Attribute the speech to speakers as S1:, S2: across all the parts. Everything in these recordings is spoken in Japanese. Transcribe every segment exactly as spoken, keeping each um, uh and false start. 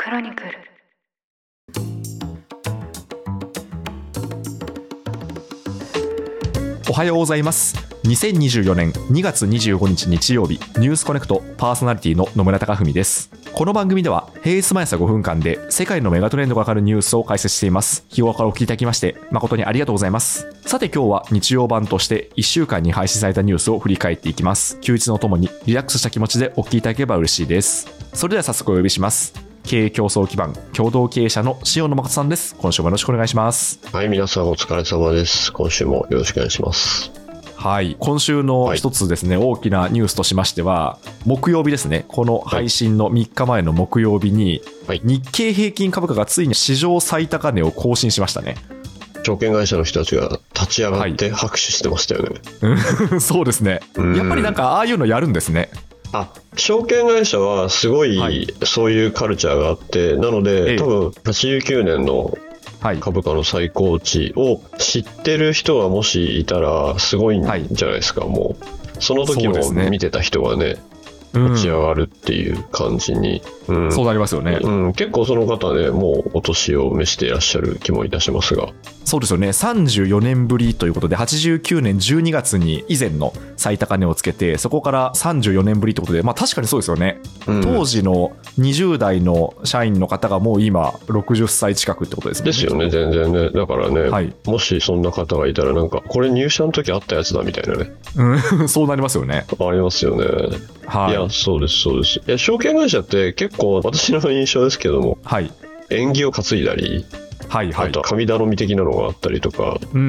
S1: クロニクル。
S2: おはようございます。にせんにじゅうよねんにがつにじゅうごにち日曜日、ニュースコネクトパーソナリティの野村貴文です。この番組では平日毎朝ごふんかんで世界のメガトレンドがわかるニュースを解説しています。日頃からお聞きいただきまして誠にありがとうございます。さて今日は日曜版としていっしゅうかんに配信されたニュースを振り返っていきます。休日のともにリラックスした気持ちでお聞きいただければ嬉しいです。それでは早速お呼びします。経営競争基盤共同経営者の塩野誠さんです。今週もよろしくお願いします。
S3: はい、皆さんお疲れ様です。今週もよろしくお願いします。
S2: はい、今週の一つですね、はい、大きなニュースとしましては木曜日ですね。この配信のみっかまえの木曜日に、はい、日経平均株価がついに史上最高値を更新しましたね。
S3: 証券会社の人たちが立ち上がって拍手してましたよね、
S2: はい、そうですね。やっぱりなんかああいうのやるんですね。
S3: あ、証券会社はすごいそういうカルチャーがあって、はい、なので、ええ、多分はちじゅうきゅうねんの株価の最高値を知ってる人がもしいたらすごいんじゃないですか、はい、もうその時も見てた人がね立ち上がるっていう感じに、
S2: うんうん、そうなりますよね、
S3: うん、結構その方ねもうお年を召していらっしゃる気もいたしますが。
S2: そうですよね。さんじゅうよねんぶりということではちじゅうきゅうねんじゅうにがつに以前の最高値をつけて、そこからさんじゅうよねんぶりということで、まあ確かにそうですよね、うん、当時のにじゅう代の社員の方がもう今ろくじゅっさい近くってことですもんね。
S3: ですよね。全然ね。だからね、はい、もしそんな方がいたらなんかこれ入社の時あったやつだみたいなね、
S2: うん、そうなりますよね。
S3: ありますよね、はい、いやそうですそうです。いや証券会社って結構私の印象ですけども、はい、縁起を担いだり、はいはい、あとは神頼み的なのがあったりとか、うん、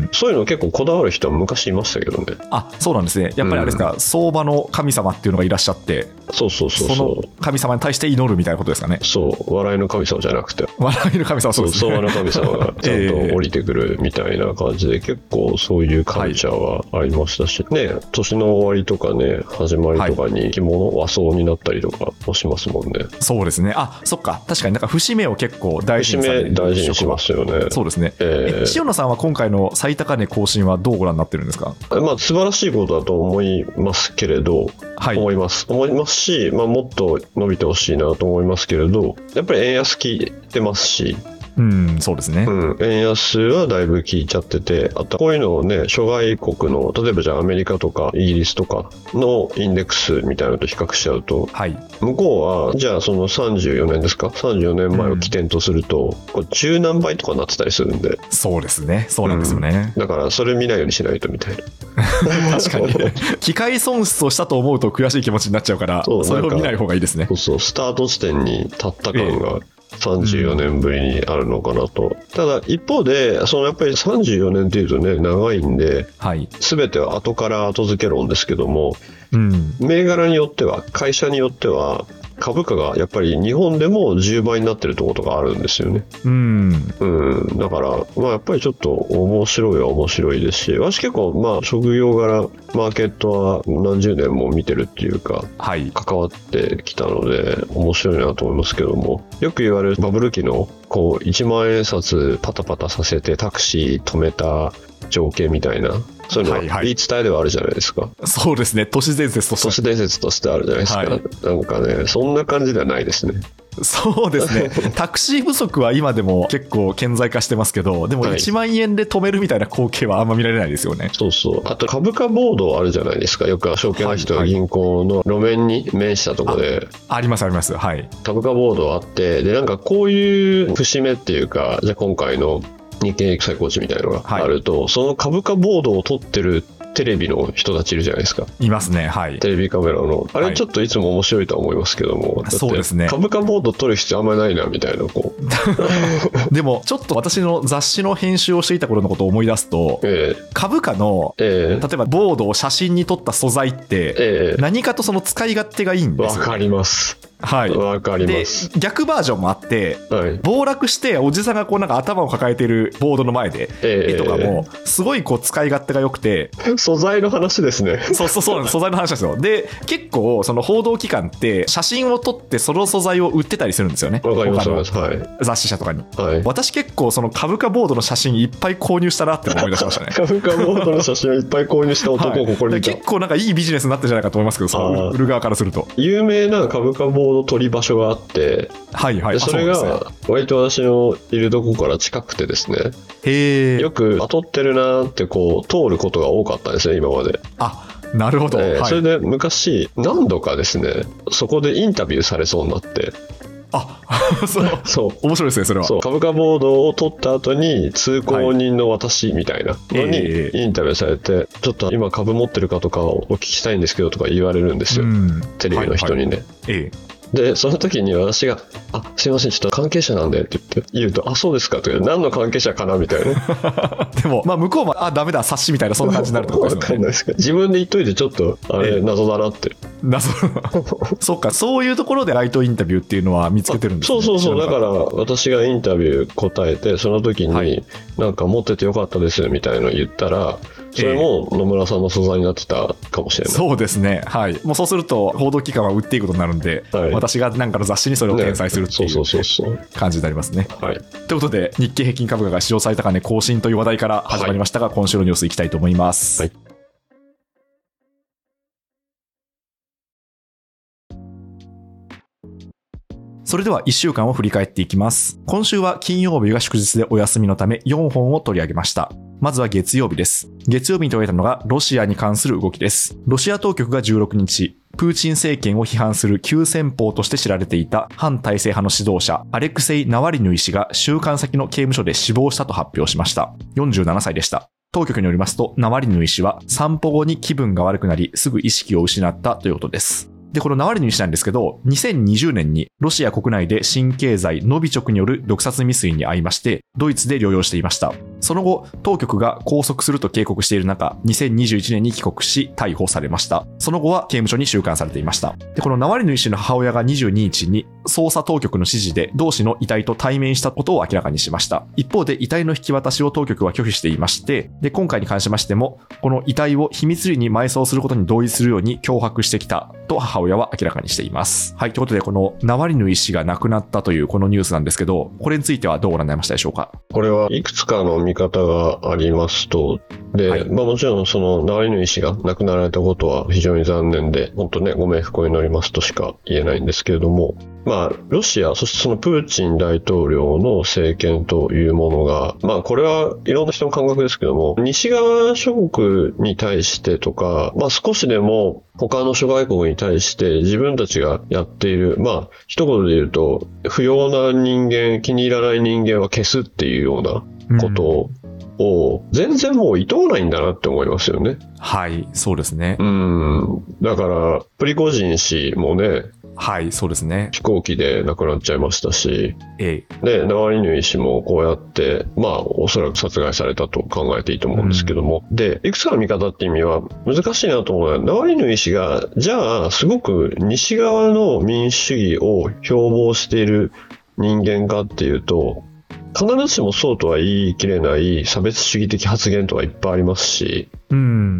S3: そういうの結構こだわる人は昔いましたけどね。
S2: あ、そうなんですね。やっぱりあれですか、うん、相場の神様っていうのがいらっしゃって、
S3: そうそうそうそう、
S2: その神様に対して祈るみたいなことですかね。
S3: そう、笑いの神様じゃなくて
S2: 笑いの神様、そうですね、
S3: 相場の神様がちゃんと降りてくるみたいな感じで、結構そういうカルチャーはありましたし、はい、ね、年の終わりとかね始まりとかに着物、和装になったりとかもしますもんね。
S2: そうですね。あ、そっか、確かになんか節目を結構大事にされる。
S3: 節目大事にしますよね。
S2: そうですね、えー、塩野さんは今回の最高値更新はどうご覧になってるんですか。
S3: まあ素晴らしいことだと思いますけれど、はい、思います思いますし、まあ、もっと伸びてほしいなと思いますけれど、やっぱり円安効いてますし、
S2: うん、そうですね、
S3: うん、円安はだいぶ効いちゃってて、あとこういうのをね諸外国の例えばじゃあアメリカとかイギリスとかのインデックスみたいなのと比較しちゃうと、はい、向こうはじゃあそのさんじゅうよねんですか、さんじゅうよねんまえを起点とすると、うん、これじゅうなんばいとかなってたりするんで。
S2: そうですね、そうなんですよね、
S3: うん、だからそれ見ないようにしないとみたいな
S2: 確かに機械損失をしたと思うと悔しい気持ちになっちゃうから、そ, それを見ない方がいいですね。
S3: そうそう、スタート地点に立った感が、えーさんじゅうよねんぶりにあるのかなと、うん、ただ一方でそのやっぱりさんじゅうよねんっていうとね長いんで、はい、全ては後から後付け論ですけども、うん、銘柄によっては会社によっては株価がやっぱり日本でもじゅうばいになってるところとかあるんですよね。うん、うん、だからまあやっぱりちょっと面白いは面白いですし、私結構まあ職業柄マーケットは何十年も見てるっていうか、はい、関わってきたので面白いなと思いますけども、よく言われるバブル期のこういちまんえん札パタパタさせてタクシー止めた情景みたいな、そういうのは言い伝えではあるじゃないですか、はいはい、
S2: そうですね、都市伝説として
S3: 都市伝説としてあるじゃないですか、はい、なんかねそんな感じではないですね。
S2: そうですねタクシー不足は今でも結構顕在化してますけど、でもいちまんえんで止めるみたいな光景はあんま見られないですよね、はい、
S3: そうそう。あと株価ボードあるじゃないですか、よく証券会社とか銀行の路面に面したところで、はいはい、
S2: あ, ありますあります、はい、
S3: 株価ボードあって、でなんかこういう節目っていうか、じゃあ今回の日経最高値みたいなのがあると、はい、その株価ボードを取ってるテレビの人たちいるじゃないですか。
S2: いますね、はい。
S3: テレビカメラのあれちょっといつも面白いとは思いますけども、はい、
S2: そうですね。
S3: 株価ボード取る必要あんまりないなみたいなこ
S2: うでもちょっと私の雑誌の編集をしていた頃のことを思い出すと、えー、株価の、えー、例えばボードを写真に撮った素材って、えー、何かとその使い勝手がいいんですよ。
S3: わかります。
S2: はい、
S3: わかります。
S2: で逆バージョンもあって、はい、暴落しておじさんがこうなんか頭を抱えてるボードの前で、えー、絵とかもすごいこう使い勝手が良くて、
S3: 素材の話ですね。
S2: そうそうそう、素材の話ですよ。で結構その報道機関って写真を撮ってその素材を売ってたりするんですよね。
S3: わかります、はい、
S2: 雑誌社とかに、
S3: はい、
S2: 私結構その株価ボードの写真いっぱい購入したなって思い出しましたね。
S3: 株価ボードの写真をいっぱい購入した男をここにいた、
S2: はい、結構なんかいいビジネスになってるんじゃないかと思いますけど、その売る側からすると。
S3: 有名な株価ボボード取り場所があって、
S2: はいはい、
S3: でそれが割と私のいるとこから近くてですね、
S2: へー、
S3: よく当たってるなってこう通ることが多かったんですね、今まで。
S2: あ、なるほど、
S3: えー
S2: はい、
S3: それで昔何度かですね、そこでインタビューされそうになって、
S2: あそう
S3: そう
S2: 面白いですね、それは。
S3: そう株価ボードを取った後に通行人の私みたいなのにインタビューされて、はい、えー、ちょっと今株持ってるかとかをお聞きしたいんですけどとか言われるんですよ、うん、テレビの人にね、はいはい、えーでその時に私が「あ、すいません、ちょっと関係者なんで」って言って言うと「あ、そうですか」とか「何の関係者かな」みたいな
S2: でも、まあ、向こうも「あ、ダメだ、察し」みたいなそんな感じになるってことですよね。
S3: 分かんないですけど、自分で言っといてちょっとあれ謎だなって、
S2: 謎そうか、そういうところでライトインタビューっていうのは見つけてるんですね。
S3: そうそうそう、だから私がインタビュー答えて、その時に、はい、なんか持っててよかったですみたいなの言ったら、それも野村さんの素材になってたかもしれない。
S2: そうですね、はい、もうそうすると報道機関は売っていくことになるんで、はい、私が何かの雑誌にそれを転載するっていう感じになりますね。はい、ということで、日経平均株価が史上最高値更新という話題から始まりましたが、はい、今週のニュースいきたいと思います。はい、それではいっしゅうかんを振り返っていきます。今週は金曜日が祝日でお休みのためよんほんを取り上げました。まずは月曜日です。月曜日に取り上げたのがロシアに関する動きです。ロシア当局がじゅうろくにち、プーチン政権を批判する急先鋒として知られていた反体制派の指導者アレクセイ・ナワリヌイ氏が収監先の刑務所で死亡したと発表しました。よんじゅうななさいでした。当局によりますと、ナワリヌイ氏は散歩後に気分が悪くなり、すぐ意識を失ったということです。で、このナワリヌイ氏なんですけど、にせんにじゅうねんにロシア国内で神経剤ノビチョクによる毒殺未遂に遭いまして、ドイツで療養していました。その後、当局が拘束すると警告している中、にせんにじゅういちねんに帰国し、逮捕されました。その後は刑務所に収監されていました。で、このナワリヌイ氏の母親がにじゅうににちに捜査当局の指示で同氏の遺体と対面したことを明らかにしました。一方で遺体の引き渡しを当局は拒否していまして、で、今回に関しましても、この遺体を秘密裏に埋葬することに同意するように脅迫してきたと母親は明らかにしています。はい、ということで、このナワリヌイ氏が亡くなったというこのニュースなんですけど、これについてはどうご覧になりましたでしょうか？
S3: これはいくつかの見方がありますと、で、はい、まあもちろんそのナワリヌイ氏が亡くなられたことは非常に残念で、本当ね、ご冥福を祈りますとしか言えないんですけれども、まあ、ロシア、そしてそのプーチン大統領の政権というものが、まあ、これはいろんな人の感覚ですけども、西側諸国に対してとか、まあ、少しでも他の諸外国に対して自分たちがやっている、まあ、一言で言うと、不要な人間、気に入らない人間は消すっていうようなことを、を全然もう厭わないんだなって思いますよね。
S2: はい、そうですね。
S3: うん。だから、プリゴジン氏もね、
S2: はい、そうですね。
S3: 飛行機で亡くなっちゃいましたし、
S2: ええ、
S3: で、ナワリヌイ氏もこうやって、まあ、おそらく殺害されたと考えていいと思うんですけども、うん、で、いくつかの見方って意味は難しいなと思うのは、ナワリヌイ氏が、じゃあ、すごく西側の民主主義を標榜している人間かっていうと、必ずしもそうとは言い切れない差別主義的発言とかいっぱいありますし、うん、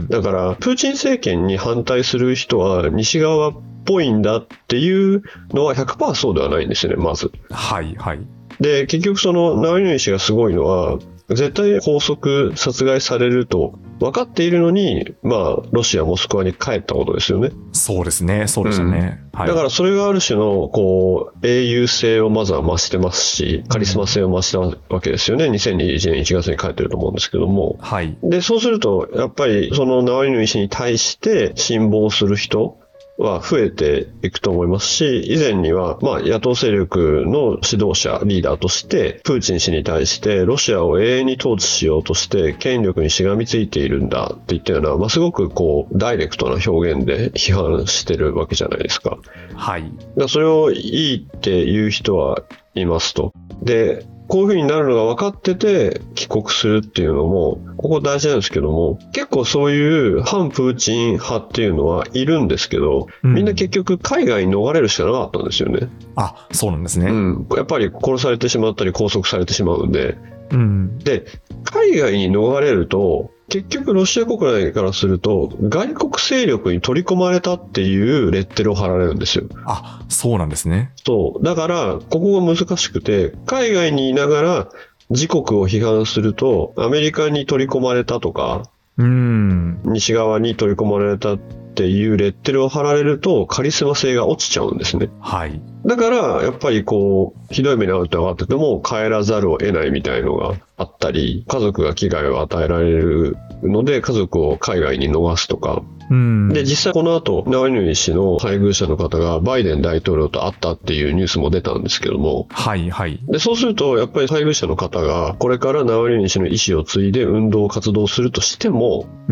S3: だから、プーチン政権に反対する人は西側っぽいんだっていうのは ひゃくパーセント そうではないんですよね、まず。
S2: はいはい。
S3: で、結局そのナワリヌイ氏がすごいのは、絶対拘束、殺害されると分かっているのに、まあ、ロシア、モスクワに帰ったことですよね。
S2: そうですね、そうでしたね。
S3: うん、はい、だからそれがある種の、こう、英雄性をまずは増してますし、カリスマ性を増したわけですよね。うん、にせんにじゅういちねんいちがつに帰ってると思うんですけども。はい。で、そうすると、やっぱり、そのナワリヌイ氏に対して辛抱する人、は増えていくと思いますし、以前には、まあ、野党勢力の指導者、リーダーとして、プーチン氏に対して、ロシアを永遠に統治しようとして、権力にしがみついているんだって言ったような、まあ、すごくこう、ダイレクトな表現で批判してるわけじゃないですか。はい。だからそれをいいって言う人はいますと。で、こういう風になるのが分かってて帰国するっていうのも、ここ大事なんですけども、結構そういう反プーチン派っていうのはいるんですけど、うん、みんな結局海外に逃れるしかなかったんですよね。
S2: あ、そうなんですね。
S3: うん。やっぱり殺されてしまったり拘束されてしまうんで。うん、で、海外に逃れると、結局ロシア国内からすると外国勢力に取り込まれたっていうレッテルを貼られるんですよ。
S2: あ、そうなんですね。
S3: そう。だから、ここが難しくて、海外にいながら自国を批判すると、アメリカに取り込まれたとか、うん、西側に取り込まれたっっていうレッテルを貼られるとカリスマ性が落ちちゃうんですね。
S2: はい。
S3: だから、やっぱりこう、ひどい目に遭うと分かってても帰らざるを得ないみたいのがあったり、家族が危害を与えられるので、家族を海外に逃すとか、
S2: うん、
S3: で、実際この後、ナワリヌイ氏の配偶者の方がバイデン大統領と会ったっていうニュースも出たんですけども、
S2: はいはい。
S3: で、そうすると、やっぱり配偶者の方が、これからナワリヌイ氏の意思を継いで運動活動するとしても、
S2: うん、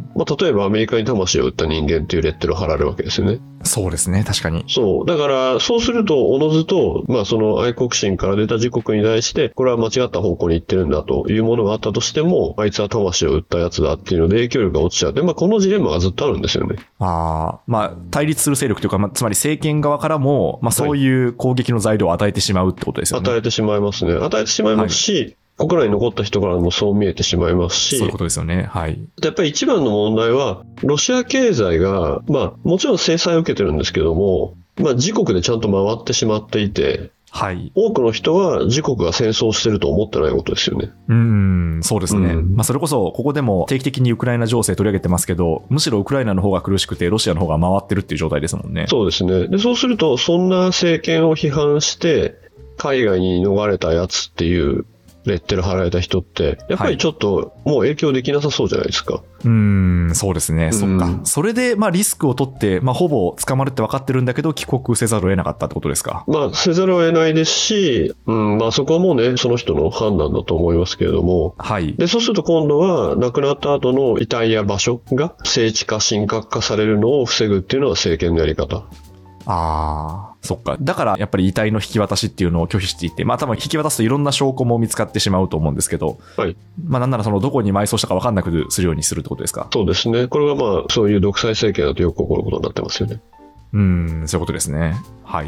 S3: まあ、例えばアメリカに魂を売った人間っていうレッテルを貼られるわけですよね。
S2: そうですね、確かに。
S3: そう。だから、そうすると、おのずと、まあ、その愛国心から出た自国に対して、これは間違った方向に行ってるんだというものがあったとしても、あいつは魂を売ったやつだっていうので影響力が落ちちゃう。で、まあ、このジレンマがずっとあるんですよね。
S2: ああ、まあ、対立する勢力というか、まあ、つまり政権側からも、まあ、そういう攻撃の材料を与えてしまうってことですよね。
S3: はい、与えてしまいますね。与えてしまいますし、はい国内に残った人からもそう見えてしまいますし。
S2: そういうことですよね。はい。
S3: やっぱり一番の問題は、ロシア経済が、まあ、もちろん制裁を受けてるんですけども、まあ、自国でちゃんと回ってしまっていて、
S2: はい。
S3: 多くの人は自国が戦争してると思ってないことですよね。
S2: うん、そうですね。うん、まあ、それこそ、ここでも定期的にウクライナ情勢取り上げてますけど、むしろウクライナの方が苦しくて、ロシアの方が回ってるっていう状態ですもんね。
S3: そうですね。で、そうすると、そんな政権を批判して、海外に逃れたやつっていう、レッテル貼られた人って、やっぱりちょっともう影響できなさそうじゃないですか。はい、
S2: うーん、そうですね。そっか。それで、まあリスクを取って、まあほぼ捕まるって分かってるんだけど、帰国せざるを得なかったってことですか。
S3: まあせざるを得ないですし、うん、まあそこはもうね、その人の判断だと思いますけれども。
S2: はい。
S3: で、そうすると今度は、亡くなった後の遺体や場所が聖地化、神格化されるのを防ぐっていうのは政権のやり方。
S2: ああ、そっか。だからやっぱり遺体の引き渡しっていうのを拒否していて、まあ多分引き渡すといろんな証拠も見つかってしまうと思うんですけど、
S3: はい。
S2: まあなんならそのどこに埋葬したか分かんなくするようにするってことですか。
S3: そうですね。これがまあそういう独裁政権だとよく起こることになってますよね。
S2: うん、そういうことですね。はい。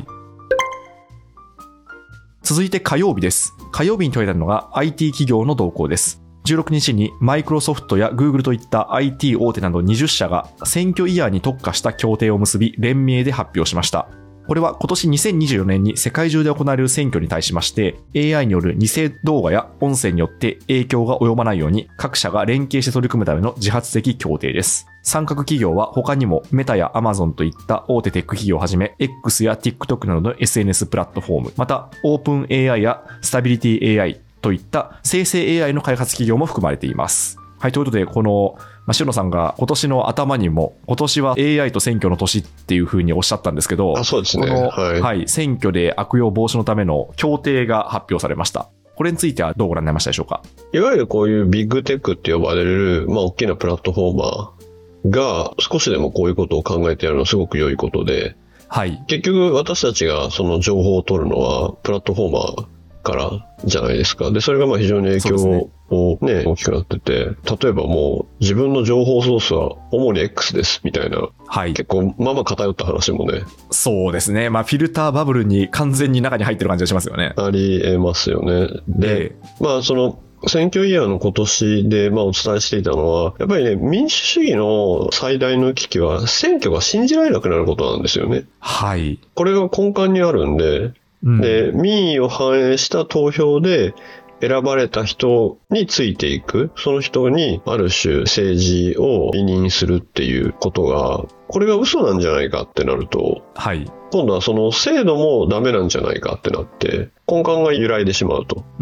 S2: 続いて火曜日です。火曜日に取り上げたのが アイティー 企業の動向です。じゅうろくにちにマイクロソフトや Google といった アイティー 大手などにじゅっしゃが選挙イヤーに特化した協定を結び連名で発表しました。これは今年にせんにじゅうよねんに世界中で行われる選挙に対しまして エーアイ による偽動画や音声によって影響が及ばないように各社が連携して取り組むための自発的協定です。参画企業は他にもメタや Amazon といった大手テック企業をはじめ X や TikTok などの エスエヌエス プラットフォーム、また OpenAI や Stability エーアイといった生成 エーアイ の開発企業も含まれています。はい、ということで、この、まあ、塩野さんが今年の頭にも、今年は エーアイ と選挙の年っていうふうにおっしゃったんですけど、
S3: あ、そうですね。
S2: この、
S3: はい、
S2: はい、選挙で悪用防止のための協定が発表されました。これについてはどうご覧になりましたでしょうか。
S3: いわゆるこういうビッグテックって呼ばれる、まあ、大きなプラットフォーマーが少しでもこういうことを考えてやるのはすごく良いことで、はい、結局私たちがその情報を取るのはプラットフォーマーからじゃないですか。で、それがまあ非常に影響をね、大きくなってて、例えばもう自分の情報ソースは主に X ですみたいな、はい、結構まあまあ偏った話もね。
S2: そうですね。まあフィルターバブルに完全に中に入ってる感じがしますよね。
S3: ありえますよね。で、えー、まあその、選挙イヤーの今年でまあお伝えしていたのは、やっぱりね、民主主義の最大の危機は選挙が信じられなくなることなんですよね。
S2: はい。
S3: これが根幹にあるんで、で、民意を反映した投票で選ばれた人についていく、その人にある種政治を委任するっていうことが、これが嘘なんじゃないかってなると、はい、今度はその制度もダメなんじゃないかってなって根幹が揺らいでしまうと、うん、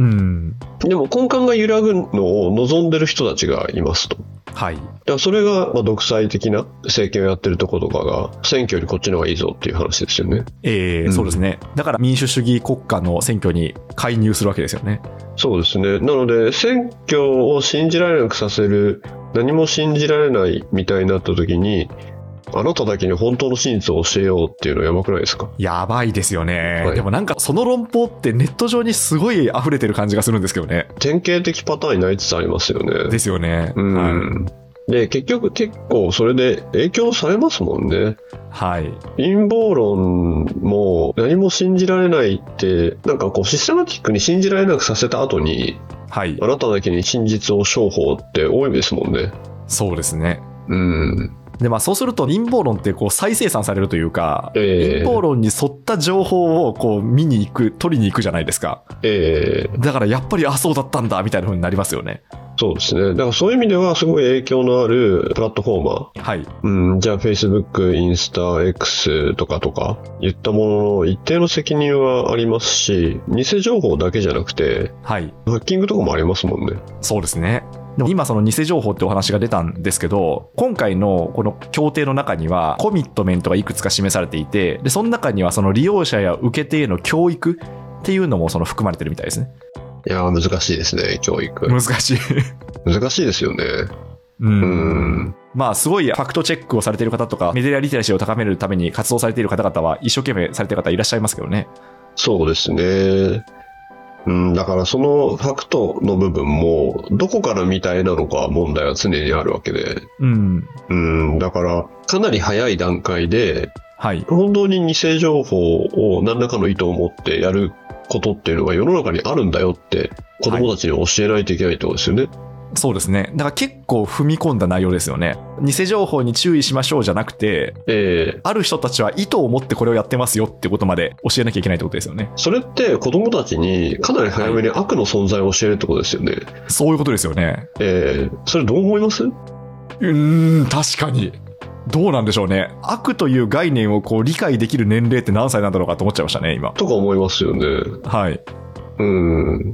S3: でも根幹が揺らぐのを望んでる人たちがいますと、はい、だからそれがまあ独裁的な政権をやってるところとかが選挙よりこっちの方がいいぞっていう話ですよね。
S2: えーうん、そうですね。だから民主主義国家の選挙に介入するわけですよね。
S3: そうですね。なので選挙を信じられなくさせる、何も信じられないみたいになった時に、あなただけに本当の真実を教えようっていうのやばくないですか。
S2: やばいですよね、はい、でもなんかその論法ってネット上にすごい溢れてる感じがするんですけどね。
S3: 典型的パターンになりつつありますよね。
S2: ですよね。
S3: うん、はい、で結局結構それで影響されますもんね。はい。陰謀論も何も信じられないってなんかこうシステマティックに信じられなくさせた後に、はい、あなただけに真実を商法って多いですもんね。
S2: そうですね。
S3: うん。
S2: でまあ、そうすると陰謀論ってこう再生産されるというか、えー、陰謀論に沿った情報をこう見に行く取りに行くじゃないですか、えー、だからやっぱりあそうだったんだみたいな風になりますよね。
S3: そうですね。だからそういう意味ではすごい影響のあるプラットフォーマー。
S2: はい。
S3: うん、じゃあ Facebook、インスタ、X とかとか言ったものの一定の責任はありますし、偽情報だけじゃなくて、
S2: はい。
S3: ハッキングとかもありますもんね。
S2: そうですね。でも今その偽情報ってお話が出たんですけど、今回のこの協定の中にはコミットメントがいくつか示されていて、でその中にはその利用者や受け手への教育っていうのもその含まれてるみたいですね。
S3: いやー難しいですね、教育。
S2: 難しい
S3: 難しいですよね。
S2: うん、うんまあすごいファクトチェックをされている方とかメディアリテラシーを高めるために活動されている方々は一生懸命されている方いらっしゃいますけどね。
S3: そうですね。うん、だからそのファクトの部分もどこから見た絵なのか問題は常にあるわけで、うん、うん、だからかなり早い段階で、はい、本当に偽情報を何らかの意図を持ってやることっていうのが世の中にあるんだよって子供たちに教えないといけないってことですよね。はい、
S2: そうですね。だから結構踏み込んだ内容ですよね。偽情報に注意しましょうじゃなくて、えー、ある人たちは意図を持ってこれをやってますよってことまで教えなきゃいけないってことですよね。
S3: それって子供たちにかなり早めに悪の存在を教えるってことですよね。はい、
S2: そういうことですよね。
S3: えー、それどう思います？
S2: うーん、確かに。どうなんでしょうね。悪という概念をこう理解できる年齢って何歳なんだろうかと思っちゃいましたね、今。
S3: とか思いますよね。
S2: はい。
S3: うん。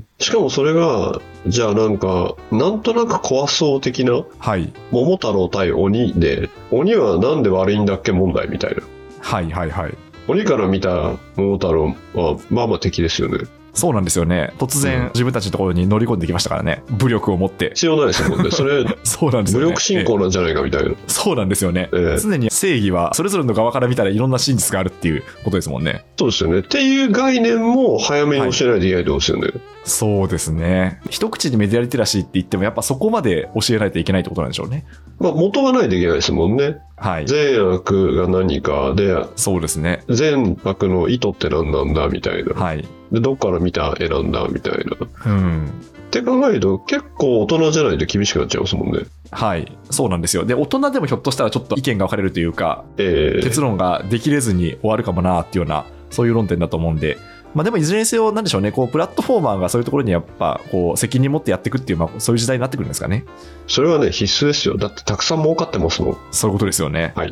S3: しかもそれが、じゃあなんか、なんとなく怖そう的な、はい。桃太郎対鬼で、鬼はなんで悪いんだっけ問題みたいな。
S2: はいはいはい。
S3: 鬼から見た桃太郎は、まあまあ敵ですよね。
S2: そうなんですよね。突然、うん、自分たちのところに乗り込んできましたからね。武力を持って。
S3: 必要ないですもんね。それ、
S2: そうなんですよね。
S3: 武力侵攻なんじゃないかみたいな。
S2: ええ、そうなんですよね、ええ。常に正義は、それぞれの側から見たらいろんな真実があるっていうことですもんね。
S3: そうですよね。っていう概念も早めに教えないといけないってことですよね。はい、
S2: そうですね。一口にメディアリテラシーって言っても、やっぱそこまで教えないといけないってことなんでしょうね。
S3: まあ、元がないといけないですもんね。はい。善悪が何かで、
S2: そうですね。
S3: 善悪の意図って何なんだみたいな。はい。で、どっから見た絵なんだみたいな。うん。って考えると結構大人じゃないと厳しくなっちゃいますもんね。
S2: はい。そうなんですよ。で、大人でもひょっとしたらちょっと意見が分かれるというか、えー、結論ができれずに終わるかもなっていうような、そういう論点だと思うんで、まあでもいずれにせよ、なんでしょうね、こう、プラットフォーマーがそういうところにやっぱ、こう、責任持ってやっていくっていう、まあ、そういう時代になってくるんですかね。
S3: それはね、必須ですよ。だってたくさん儲かってますもん。
S2: そういうことですよね。はい。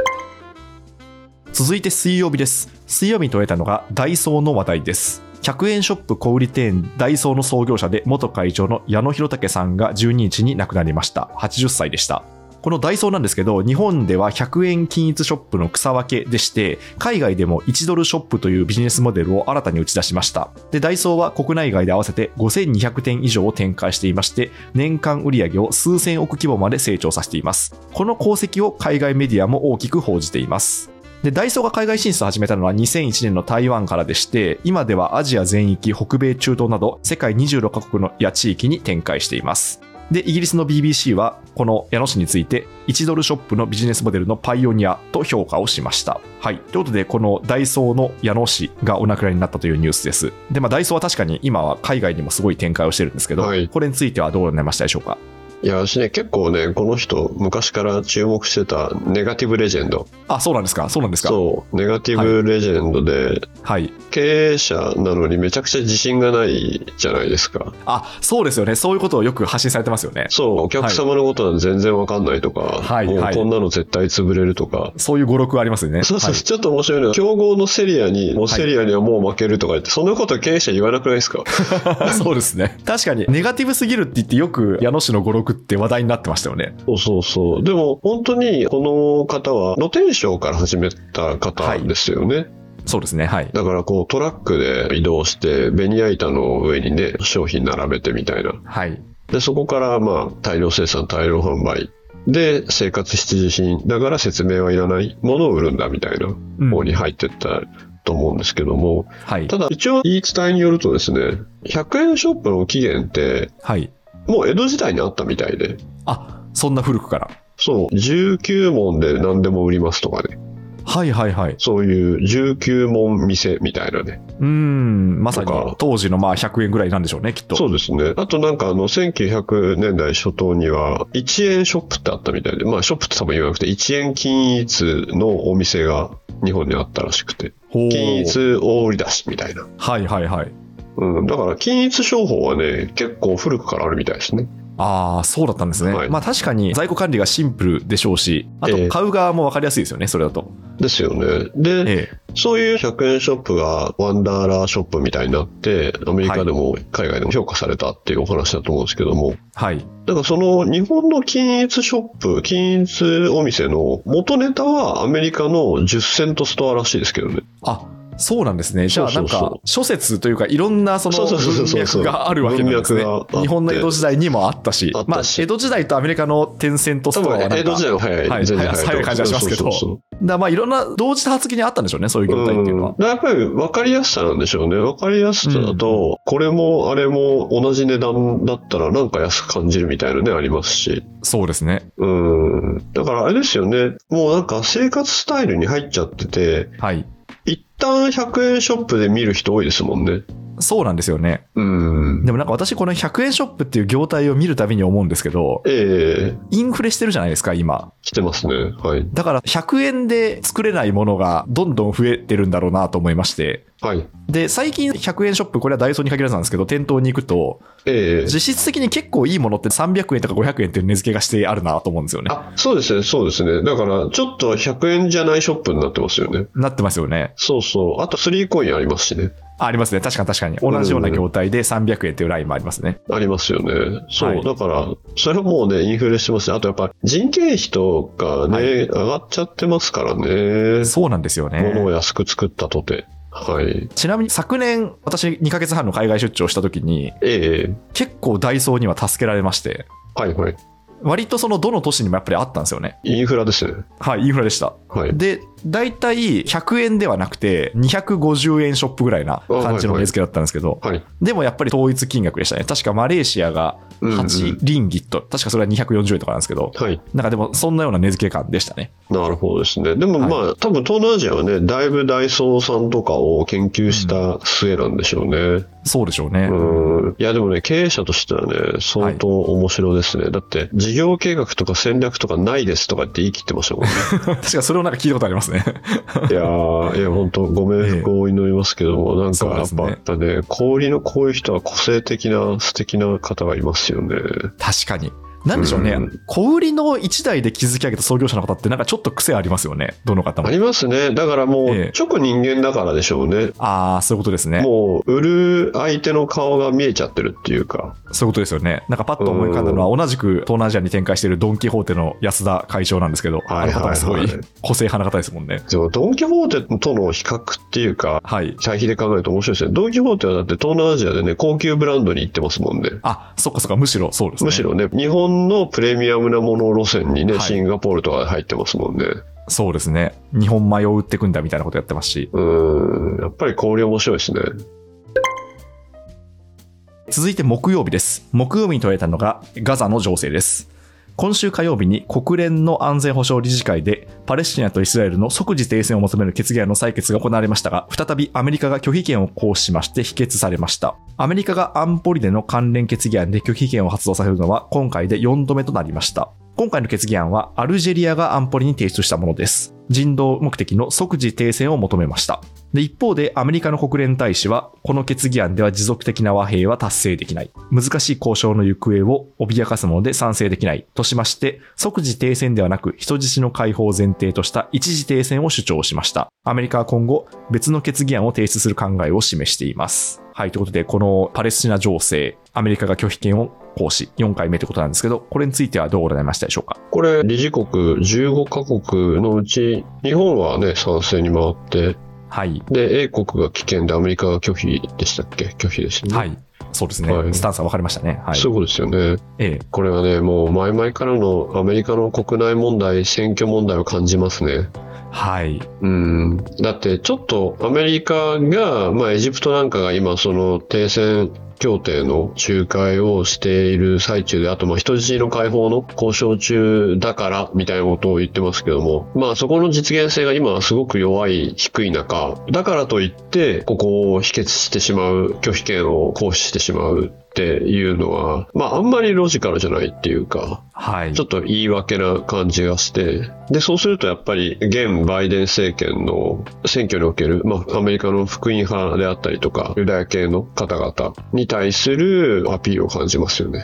S2: 続いて水曜日です。水曜日に取れたのがダイソーの話題です。ひゃくえんショップ小売店ダイソーの創業者で元会長の矢野博武さんがじゅうににちに亡くなりました。はちじゅっさいでした。このダイソーなんですけど、日本ではひゃくえん均一ショップの草分けでして、海外でもいちドルショップというビジネスモデルを新たに打ち出しました。で、ダイソーは国内外で合わせてごせんにひゃくてん以上を展開していまして、年間売上を数千億規模まで成長させています。この功績を海外メディアも大きく報じています。で、ダイソーが海外進出を始めたのはにせんいちねんの台湾からでして、今ではアジア全域、北米、中東など世界にじゅうろっかこくのや地域に展開しています。で、イギリスの ビービーシー はこの矢野氏についていちドルショップのビジネスモデルのパイオニアと評価をしました。はい。ということで、このダイソーの矢野氏がお亡くなりになったというニュースです。で、まあダイソーは確かに今は海外にもすごい展開をしてるんですけど、はい、これについてはどうなりましたでしょうか？
S3: いや、私ね、結構ね、この人、昔から注目してたネガティブレジェンド。
S2: あ、そうなんですか、そうなんですか。
S3: そう、ネガティブレジェンドで、はい、経営者なのにめちゃくちゃ自信がないじゃないですか。
S2: あ、そうですよね。そういうことをよく発信されてますよね。
S3: そう、お客様のことは全然わかんないとか、はい、もうこんなの絶対潰れるとか。はい、
S2: そういう語録ありますよね。
S3: そうそう、
S2: はい、
S3: ちょっと面白いのは、競合のセリアに、もうセリアにはもう負けるとか言って、はい、そんなこと経営者言わなくないですか？
S2: そうですね。確かに、ネガティブすぎるって言ってよく矢野氏の語録って話題になってましたよね。
S3: そうそうそう。でも本当にこの方は露天商から始めた方ですよね。はい、
S2: そうですね。はい。
S3: だからこうトラックで移動してベニヤ板の上にね商品並べてみたいな。はい。でそこからまあ大量生産大量販売で生活必需品だから説明はいらないものを売るんだみたいな方に入ってったと思うんですけども、うん、はい。ただ一応言い伝えによるとですね、ひゃくえんショップの起源ってはい。もう江戸時代にあったみたいで。
S2: あ、そんな古くから。
S3: そう、じゅうきゅうもんで何でも売りますとかね。
S2: はいはいはい。
S3: そういうじゅうきゅうもん店みたいなね。
S2: うーん、まさに当時のまあひゃくえんぐらいなんでしょうね、きっと。
S3: そうですね。あとなんかあのせんきゅうひゃくねんだい初頭にはいちえんショップってあったみたいで、まあショップって多分言わなくていちえん均一のお店が日本にあったらしくて。均一大売り出しみたいな。
S2: はいはいはい。
S3: うん、だから均一商法はね結構古くからあるみたいですね。
S2: ああ、そうだったんですね。はい、まあ確かに在庫管理がシンプルでしょうし、あと買う側も分かりやすいですよね、えー、それだと。
S3: ですよね。で、ええ、そういうひゃくえんショップがワンダーラーショップみたいになって、アメリカでも海外でも評価されたっていうお話だと思うんですけども。
S2: はい。
S3: だからその日本の均一ショップ、均一お店の元ネタはアメリカのじゅっセントストアらしいですけどね。
S2: あ、そうなんですね。じゃあなんか諸説というかいろんなその文脈があるわけなんですね。日本の江戸時代にもあったし、まあ江戸時代とアメリカのテンセントストアはなんか江戸時代は早い、はい、全然早い感じがしますけど、そうそうそうそう、だまあいろんな同時多発的にあったんでしょうね、そういう業態っていうのは。
S3: うん、やっぱり分かりやすさなんでしょうね。分かりやすさだと、これもあれも同じ値段だったらなんか安く感じるみたいなね、ありますし。
S2: そうですね。
S3: うん。だからあれですよね。もうなんか生活スタイルに入っちゃってて、
S2: はい。
S3: 一旦ひゃくえんショップで見る人多いですもんね。
S2: そうなんですよね。
S3: うん。
S2: でもなんか私このひゃくえんショップっていう業態を見るたびに思うんですけど、
S3: ええー、
S2: インフレしてるじゃないですか今。
S3: してますね。はい。
S2: だからひゃくえんで作れないものがどんどん増えてるんだろうなと思いまして。
S3: はい。
S2: で最近ひゃくえんショップ、これはダイソーに限らずなんですけど、店頭に行くと、ええー、実質的に結構いいものってさんびゃくえんとかごひゃくえんっていう値付けがしてあるなと思うんですよね。
S3: あ、そうですね、そうですね。だからちょっとひゃくえんじゃないショップになってますよね。
S2: なってますよね。
S3: そうそう。あとスリーコインありますしね。
S2: ありますね。確かに確かに。同じような業態でさんびゃくえんっていうラインもありますね。
S3: ありますよね。そう。はい、だから、それはもうね、インフレしてますし、あとやっぱ人件費とかね、はい、上がっちゃってますからね。
S2: そうなんですよね。
S3: 物を安く作ったとて。はい。
S2: ちなみに昨年、私にかげつはんの海外出張した時に、
S3: ええ、
S2: 結構ダイソーには助けられまして。
S3: はいはい。
S2: 割とそのどの都市にもやっぱりあったんですよね。
S3: インフラですね。
S2: はい、インフラでした。はい、で、だいたいひゃくえんではなくてにひゃくごじゅうえんショップぐらいな感じの値付けだったんですけど、はいはい、でもやっぱり統一金額でしたね。確かマレーシアがはちリンギット、うんうん、確かそれはにひゃくよんじゅうえんとかなんですけど、はい、なんかでもそんなような値付け感でしたね。
S3: なるほどですね。でもまあ、はい、多分東南アジアはね、だいぶダイソーさんとかを研究した末なんでしょうね。うん、
S2: そうでしょうね。
S3: うん。いやでもね、経営者としてはね、相当面白いですね。はい、だって事業計画とか戦略とかないですとかって言い切ってましたもんね。
S2: 確かそれをなんか聞いたことありますね。
S3: いやー、いや本当ご冥福を祈りますけども、ええ、なんかやっぱね、小売りのこういう人は個性的な素敵な方がいますよね。
S2: 確かに。なんでしょうね、うん、小売りの一台で築き上げた創業者の方ってなんかちょっと癖ありますよね、どの方も。
S3: ありますね。だからもう、ええ、直人間だからでしょうね。
S2: ああ、そういうことですね。
S3: もう売る相手の顔が見えちゃってるっていうか。
S2: そういうことですよね。なんかパッと思い浮かんだのは、同じく東南アジアに展開しているドン・キホーテの安田会長なんですけど、はいはいはい、あの方はすごい個性派な方ですもんね。
S3: でもドン・キホーテとの比較っていうか、はい、対比で考えると面白いですね。ドン・キホーテはだって東南アジアでね、高級ブランドに行ってますもんね。
S2: あ、そっかそっか、むしろそうですね。
S3: むしろね、日本のプレミアムなもの路線にね、はい、シンガポールとか入ってますもんね。
S2: そうですね。日本米を売ってくんだみたいなことやってますし。
S3: うーん、やっぱり小売り面白いですね。
S2: 続いて木曜日です。木曜日に取られたのがガザの情勢です。今週火曜日に国連の安全保障理事会でパレスチナとイスラエルの即時停戦を求める決議案の採決が行われましたが、再びアメリカが拒否権を行使しまして否決されました。アメリカが安保理での関連決議案で拒否権を発動させるのは今回でよんどめとなりました。今回の決議案はアルジェリアが安保理に提出したものです。人道目的の即時停戦を求めました。で、一方でアメリカの国連大使は、この決議案では持続的な和平は達成できない。難しい交渉の行方を脅かすもので賛成できない。としまして、即時停戦ではなく人質の解放を前提とした一時停戦を主張しました。アメリカは今後、別の決議案を提出する考えを示しています。はい、ということで、このパレスチナ情勢、アメリカが拒否権を行使、よんかいめということなんですけど、これについてはどうございましたでしょうか。
S3: これ、理事国じゅうごカ国のうち、日本はね、賛成に回って、はい。で、英国が棄権でアメリカが拒否でしたっけ？拒否ですね。
S2: はい。そうですね。はい、スタンスは分かりましたね。はい。
S3: そうですよね。ええ。これはね、もう前々からのアメリカの国内問題、選挙問題を感じますね。
S2: はい。
S3: うん。だってちょっとアメリカが、まあエジプトなんかが今その停戦協定の仲介をしている最中で、あとまあ人質の解放の交渉中だからみたいなことを言ってますけども、まあそこの実現性が今はすごく弱い、低い中、だからといってここを否決してしまう、拒否権を行使してしまうっていうのは、まああんまりロジカルじゃないっていうか、はい、ちょっと言い訳な感じがして、でそうするとやっぱり現バイデン政権の選挙における、まあアメリカの福音派であったりとかユダヤ系の方々に対するアピールを感じますよね。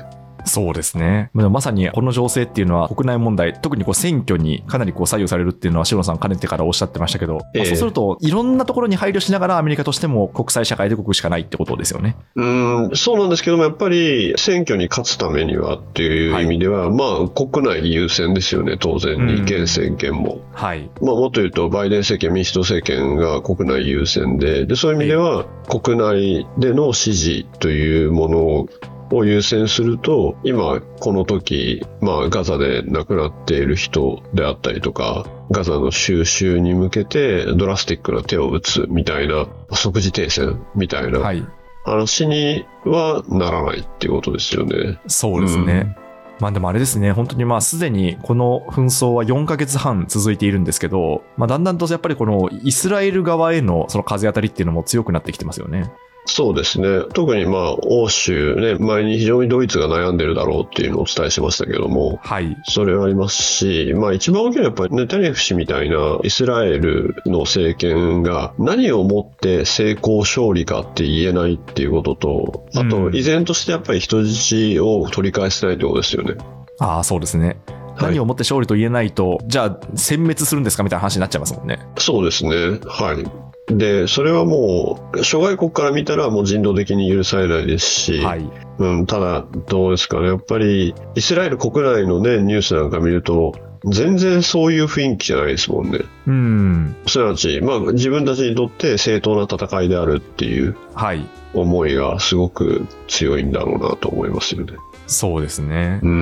S2: そうですね。まさにこの情勢っていうのは国内問題、特にこう選挙にかなりこう左右されるっていうのは塩野さんかねてからおっしゃってましたけど、えーまあ、そうするといろんなところに配慮しながらアメリカとしても国際社会で動くしかないってことですよね。
S3: うん、そうなんですけども、やっぱり選挙に勝つためにはっていう意味では、はい、まあ国内優先ですよね、当然に現政権も、
S2: はい、
S3: まあ、もっと言うとバイデン政権、民主党政権が国内優先で、でそういう意味では国内での支持というものをを優先すると、今この時、まあ、ガザで亡くなっている人であったりとか、ガザの収拾に向けてドラスティックな手を打つみたいな、即時停戦みたいな話にはならないっていうことですよね。
S2: そうですね、うん、まあでもあれですね、本当にまあすでにこの紛争はよんかげつはん続いているんですけど、まあだんだんとやっぱりこのイスラエル側へのその風当たりっていうのも強くなってきてますよね。
S3: そうですね。特にまあ欧州ね、前に非常にドイツが悩んでるだろうっていうのをお伝えしましたけども、
S2: はい、
S3: それはありますし、まあ一番大きなやっぱりネタニヤフ氏みたいなイスラエルの政権が何をもって成功勝利かって言えないっていうことと、あと依然としてやっぱり人質を取り返せないってことですよね。
S2: ああ、そうですね。何をもって勝利と言えないと、はい、じゃあ殲滅するんですかみたいな話になっちゃいますもんね。
S3: そうですね。はい。で、それはもう諸外国から見たらもう人道的に許されないですし、はい、うん、ただどうですかね、やっぱりイスラエル国内のねニュースなんか見ると全然そういう雰囲気じゃないですもんね。
S2: うん。
S3: すなわち、まあ、自分たちにとって正当な戦いであるっていう思いがすごく強いんだろうなと思いますよね。
S2: そうですね。
S3: うん。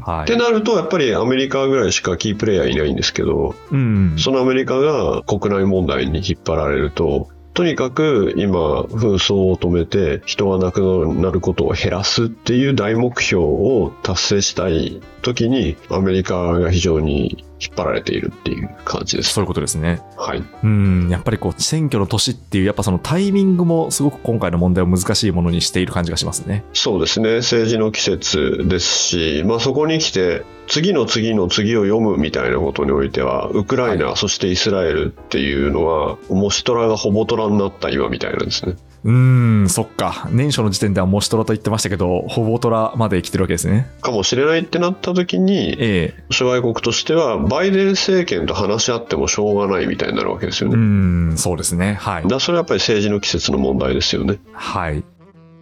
S3: はい、ってなるとやっぱりアメリカぐらいしかキープレイヤーいないんですけど、うん、そのアメリカが国内問題に引っ張られると、とにかく今紛争を止めて人が亡くなることを減らすっていう大目標を達成したい時にアメリカが非常に引っ張られているっていう感じです。
S2: そういうことですね。
S3: はい。
S2: うん、やっぱりこう選挙の年っていうやっぱそのタイミングもすごく今回の問題を難しいものにしている感じがしますね。
S3: そうですね。政治の季節ですし、まあそこに来て次の次の次を読むみたいなことにおいてはウクライナ、はい、そしてイスラエルっていうのはもしトラがほぼトラになった今みたいなんですね。
S2: うーん、そっか。年初の時点ではもしトラと言ってましたけど、ほぼトラまで来てるわけですね。
S3: かもしれないってなった時に、ええ、諸外国としてはバイデン政権と話し合ってもしょうがないみたいになるわけですよね。
S2: うーん、そうですね。はい。
S3: だそれはやっぱり政治の季節の問題ですよね。
S2: はい。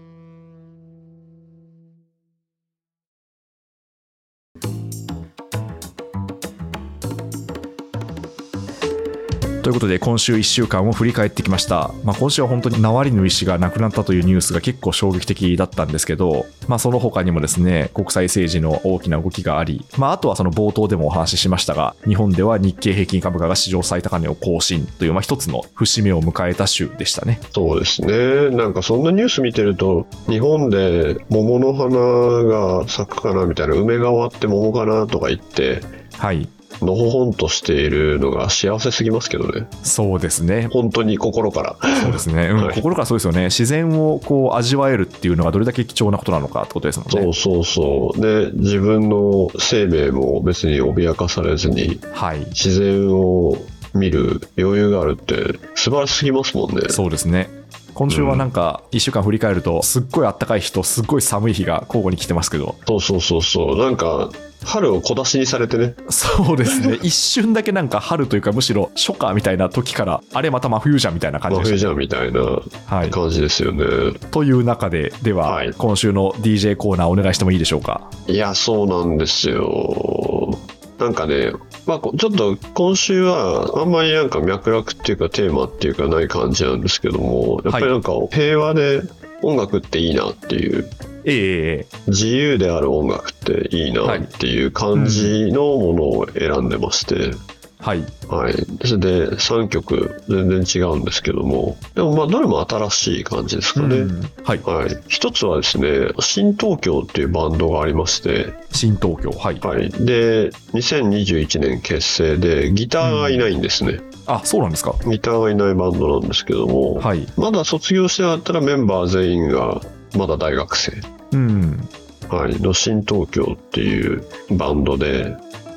S2: ということで今週いっしゅうかんを振り返ってきました。まあ、今週は本当にナワリヌイ氏が亡くなったというニュースが結構衝撃的だったんですけど、まあ、その他にもですね国際政治の大きな動きがあり、まあ、あとはその冒頭でもお話ししましたが日本では日経平均株価が史上最高値を更新という、まあ、一つの節目を迎えた週でしたね。
S3: そうですね。なんかそんなニュース見てると日本で桃の花が咲くかなみたいな、梅が終わって桃かなとか言って、はいのほほんとしているのが幸せすぎますけどね。
S2: そうですね。
S3: 本当に心から。
S2: そうですね、うんはい、心からそうですよね。自然をこう味わえるっていうのがどれだけ貴重なことなのかってことですもんね。
S3: そうそうそうで自分の生命も別に脅かされずに、はい、自然を見る余裕があるって素晴らしすぎますもんね。
S2: そうですね。今週はなんかいっしゅうかん振り返るとすっごい暖かい日とすっごい寒い日が交互に来てますけど、
S3: そうそうそうそう、なんか春を小出しにされてね。
S2: そうですね。一瞬だけなんか春というかむしろ初夏みたいな時からあれまた真冬じゃんみたいな感じでした、ね、
S3: 真冬じゃんみたいな感じですよね、はい、
S2: という中ででは、はい、今週の ディージェー コーナーお願いしてもいいでしょうか。
S3: いやそうなんですよ。なんかね、まあ、ちょっと今週はあんまりなんか脈絡っていうかテーマっていうかない感じなんですけども、やっぱりなんか平和で音楽っていいなっていう、えー、自由である音楽っていいなっていう感じのものを選んでまして、はい、はい、それでさんきょく全然違うんですけども、でもまあどれも新しい感じですかね、うんはいはい、一つはですね新東京っていうバンドがありまして、
S2: 新東京、はい、
S3: はい、でにせんにじゅういちねん結成でギターがいないんですね、うん、
S2: あそうなんですか。
S3: ギターがいないバンドなんですけども、はい、まだ卒業してなかったらメンバー全員がまだ大学生、うんはい、の新東京っていうバンドで、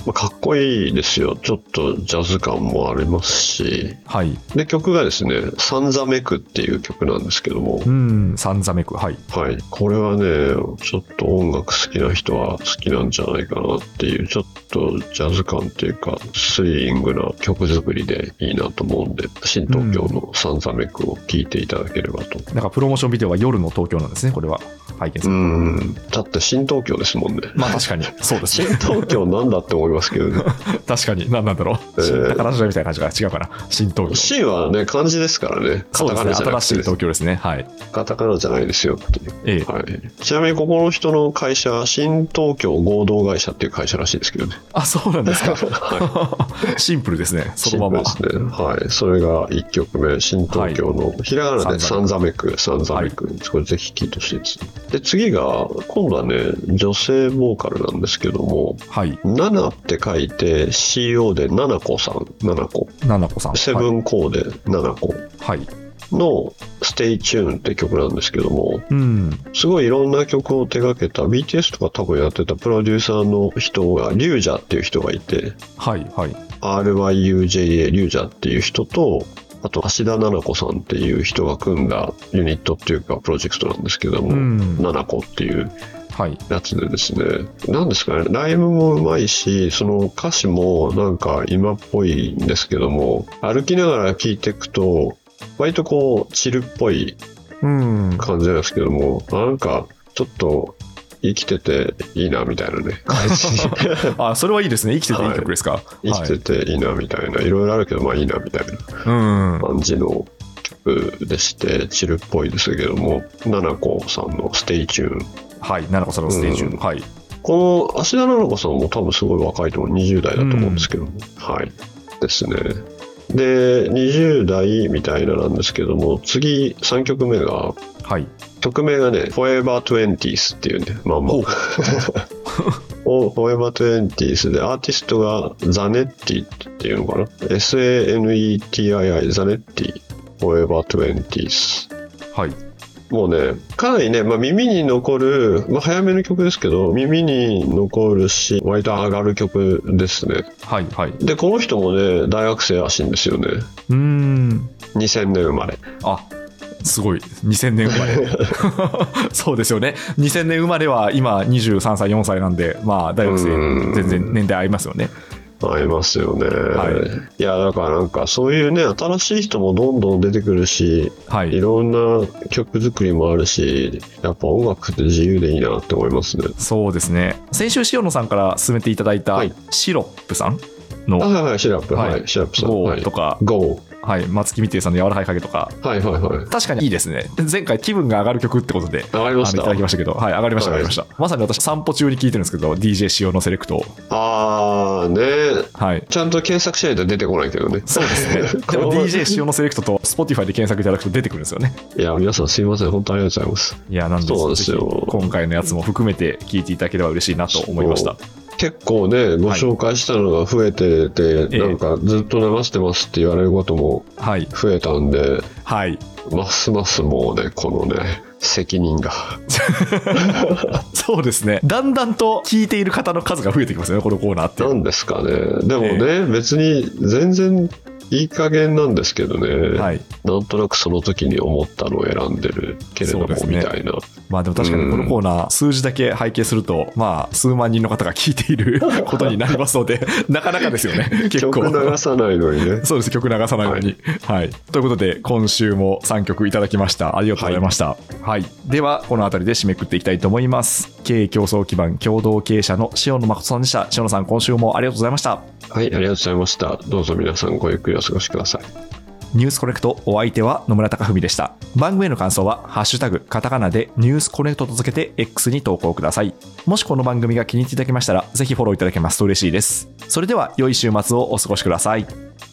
S3: まあ、かっこいいですよ。ちょっとジャズ感もありますし、
S2: はい、
S3: で曲がですね「サンザメク」っていう曲なんですけども、
S2: うん、サンザメク、はい、
S3: はい、これはねちょっと音楽好きな人は好きなんじゃないかなっていう、ちょっとジャズ感っていうかスリリングな曲作りでいいなと思うんで、新東京のサンザメクを聴いていただければと、
S2: うん、なんかプロモーションビデオは夜の東京なんですね、これは拝見する。
S3: うん、だって新東京ですもんね。
S2: まあ確かにそうですね。
S3: 新東京なんだって思いますけどね。
S2: 確かに何なんだろう、えー、新宝島みたいな感じが違うかな。新東京、
S3: 新はね漢字ですからね、カタカナじゃなくて、
S2: 新しい東京ですね。はい、
S3: カタカナじゃないですよっていう、
S2: ええ、
S3: はい、ちなみにここの人の会社新東京合同会社っていう会社らしいですけどね。
S2: あ、そうなんですか。はい、シンプルですね、そのまま。
S3: シンプルですね。はい、それがいっきょくめ、新東京の、はい、ひらがなでサンザメク、サンザメク、はい、これぜひ聴いてほしいですね。で次が今度はね女性ボーカルなんですけども、
S2: はい、
S3: ナナって書いて シーオー でナナコさん、ナナコ、
S2: ナナコさん、
S3: セブンコーでナナコ、
S2: はい、
S3: のステイチューンって曲なんですけども、
S2: うん、
S3: すごいいろんな曲を手掛けた ビーティーエス とか多分やってたプロデューサーの人がリュウジャっていう人がいて、
S2: はいはい、
S3: アールワイユージェイエー リュウジャっていう人と、あと橋田奈々子さんっていう人が組んだユニットっていうかプロジェクトなんですけども、うん、奈々子っていうやつでですね、はい、なんですかね、ライブもうまいし、その歌詞もなんか今っぽいんですけども、歩きながら聴いていくと割とこうチルっぽい感じなんですけども、うん、なんかちょっと生きてていいなみたいなね感じ。
S2: あ、それはいいですね。生きてていい曲ですか。はい、
S3: 生きてていいなみたいな、いろいろあるけどまあいいなみたいな感じの曲でして、うん、チルっぽいですけども、奈々子さんのステイチューン、はい、
S2: 奈々子さんのステイチューン、うん、はい、
S3: この芦田奈々子さんも多分すごい若いと思う、にじゅう代だと思うんですけども、うん、はいですね。でにじゅう代みたいななんですけども、次さんきょくめが、はい、曲名がね Forever Twenties っていうね、まあまあを Forever Twenties で、アーティストがザネッティっていうのかな、 エスエーエヌイーティーアイアイ ザネッティ Forever Twenties、 はい、もうねかなりね、まあ、耳に残る、まあ、早めの曲ですけど耳に残るし割と上がる曲ですね。
S2: はいはい。
S3: でこの人もね大学生らしいんですよね。うーん、にせんねん生まれ。
S2: あ、すごい、にせんねん生まれ。そうですよね、にせんねん生まれは今にじゅうさんさいよんさいなんで、まあ大学生全然年代合いますよね。
S3: 合いますよね、はい、いやだからなんかそういうね新しい人もどんどん出てくるし、はい、いろんな曲作りもあるし、やっぱ音楽って自由でいいなって思いますね。
S2: そうですね。先週塩野さんから勧めていただいたシロップさんの、
S3: はい、はいはいシロップ、はい、はい、シロップさん
S2: ゴー とか、
S3: ゴー、
S2: はい、松木美亭さんの柔らかい影とか、はいはいはい、確かにいいですね。前回気分が上がる曲ってことで
S3: 上がりました、
S2: いただきましたけど、はい、上がりました、上がりました、はい、まさに私散歩中に聴いてるんですけど ディージェー 塩のセレクト、
S3: あーね、はい、ちゃんと検索しないと出てこないけどね。
S2: そうですね。でも ディージェー 塩のセレクトと Spotify で検索いただくと出てくるんですよね。
S3: いや皆さんすいません、本当ありがとうございます。
S2: いや、なんでそうですよ、今回のやつも含めて聴いていただければ嬉しいなと思いました。
S3: 結構ねご紹介したのが増えてて、はい、なんかずっと流してますって言われることも増えたんで、はい、ますますもうねこのね責任が
S2: そうですね、だんだんと聞いている方の数が増えてきますよね、このコーナーって。
S3: なんですかね。でもね、えー、別に全然いい加減なんですけどね、はい、なんとなくその時に思ったのを選んでるけれども、ね、みたいな。まあでも確かにこのコーナー、うん、数字だけ拝見するとまあ数万人の方が聞いていることになりますのでなかなかですよね。結構曲流さないのにね。
S2: そうです、曲流さないのに、はいはい、ということで今週もさんきょくいただきました。ありがとうございました、はいはい、ではこの辺りで締めくっていきたいと思います。経営競争基盤共同経営者の塩野誠さんでした。塩野さん、今週もありがとうございました。
S3: はい、ありがとうございました。どうぞ皆さんごゆっくりお過ごしください。
S2: ニュースコネクト、お相手は野村貴文でした。番組への感想はハッシュタグカタカナでニュースコネクトとつけて X に投稿ください。もしこの番組が気に入っていただけましたらぜひフォローいただけますと嬉しいです。それでは良い週末をお過ごしください。